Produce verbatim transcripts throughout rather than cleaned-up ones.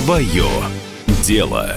Свое дело.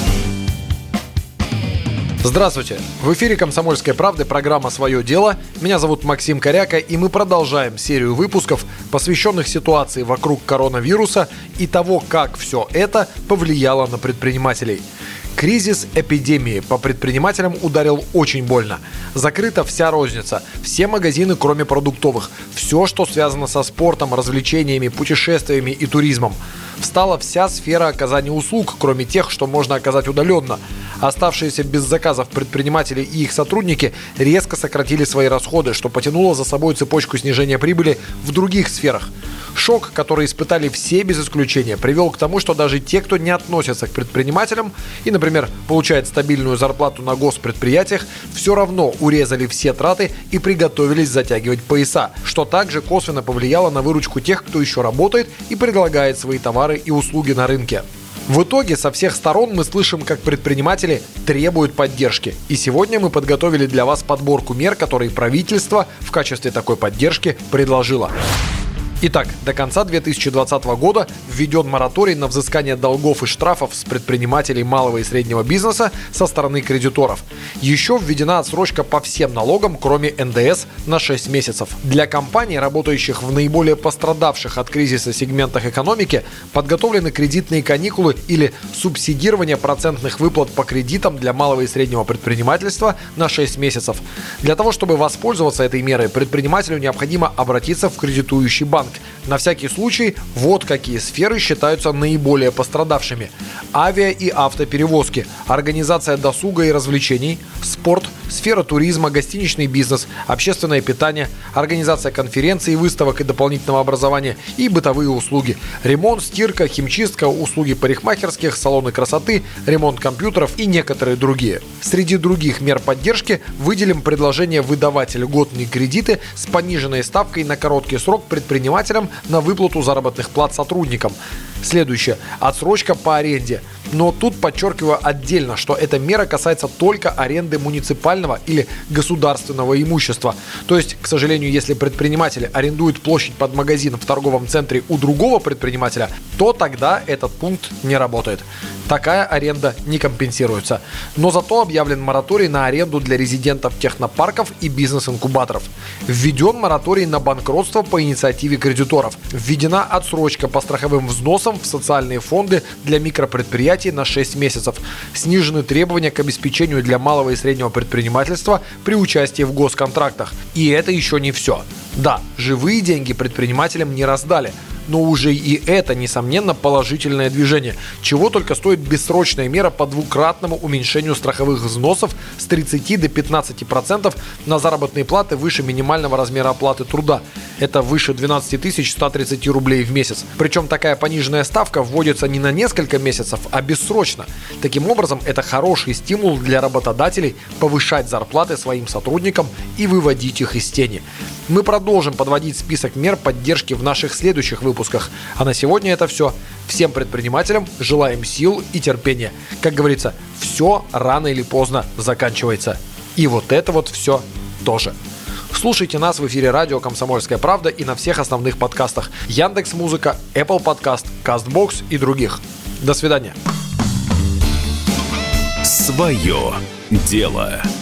Здравствуйте! В эфире «Комсомольской правды» программа «Свое дело». Меня зовут Максим Коряка, и мы продолжаем серию выпусков, посвященных ситуации вокруг коронавируса и того, как все это повлияло на предпринимателей. Кризис эпидемии по предпринимателям ударил очень больно. Закрыта вся розница, все магазины, кроме продуктовых, все, что связано со спортом, развлечениями, путешествиями и туризмом. Встала вся сфера оказания услуг, кроме тех, что можно оказать удаленно. Оставшиеся без заказов предприниматели и их сотрудники резко сократили свои расходы, что потянуло за собой цепочку снижения прибыли в других сферах. Шок, который испытали все без исключения, привел к тому, что даже те, кто не относится к предпринимателям и, например, получает стабильную зарплату на госпредприятиях, все равно урезали все траты и приготовились затягивать пояса, что также косвенно повлияло на выручку тех, кто еще работает и предлагает свои товары и услуги на рынке. В итоге со всех сторон мы слышим, как предприниматели требуют поддержки. И сегодня мы подготовили для вас подборку мер, которые правительство в качестве такой поддержки предложило. Итак, до конца две тысячи двадцатого года введен мораторий на взыскание долгов и штрафов с предпринимателей малого и среднего бизнеса со стороны кредиторов. Еще введена отсрочка по всем налогам, кроме эн дэ эс, на шесть месяцев. Для компаний, работающих в наиболее пострадавших от кризиса сегментах экономики, подготовлены кредитные каникулы или субсидирование процентных выплат по кредитам для малого и среднего предпринимательства на шесть месяцев. Для того, чтобы воспользоваться этой мерой, предпринимателю необходимо обратиться в кредитующий банк. На всякий случай, вот какие сферы считаются наиболее пострадавшими. Авиа- и автоперевозки, организация досуга и развлечений, спорт, сфера туризма, гостиничный бизнес, общественное питание, организация конференций, выставок и дополнительного образования и бытовые услуги, ремонт, стирка, химчистка, услуги парикмахерских, салоны красоты, ремонт компьютеров и некоторые другие. Среди других мер поддержки выделим предложение выдавать льготные кредиты с пониженной ставкой на короткий срок предпринимателям на выплату заработных плат сотрудникам. Следующее. Отсрочка по аренде. Но тут подчеркиваю отдельно, что эта мера касается только аренды муниципального или государственного имущества. То есть, к сожалению, если предприниматель арендует площадь под магазин в торговом центре у другого предпринимателя, то тогда этот пункт не работает. Такая аренда не компенсируется. Но зато объявлен мораторий на аренду для резидентов технопарков и бизнес-инкубаторов. Введен мораторий на банкротство по инициативе кредиторов. Введена отсрочка по страховым взносам в социальные фонды для микропредприятий на шесть месяцев. Снижены требования к обеспечению для малого и среднего предпринимательства при участии в госконтрактах. И это еще не все. Да, живые деньги предпринимателям не раздали. Но уже и это, несомненно, положительное движение. Чего только стоит бессрочная мера по двукратному уменьшению страховых взносов с тридцати до пятнадцати процентов на заработные платы выше минимального размера оплаты труда. Это выше двенадцать тысяч сто тридцать рублей в месяц. Причем такая пониженная ставка вводится не на несколько месяцев, а бессрочно. Таким образом, это хороший стимул для работодателей повышать зарплаты своим сотрудникам и выводить их из тени. Мы продолжим подводить список мер поддержки в наших следующих выпусках. А на сегодня это все. Всем предпринимателям желаем сил и терпения. Как говорится, все рано или поздно заканчивается. И вот это вот все тоже. Слушайте нас в эфире радио «Комсомольская правда» и на всех основных подкастах: Яндекс.Музыка, Apple Podcast, Castbox и других. До свидания. Свое дело.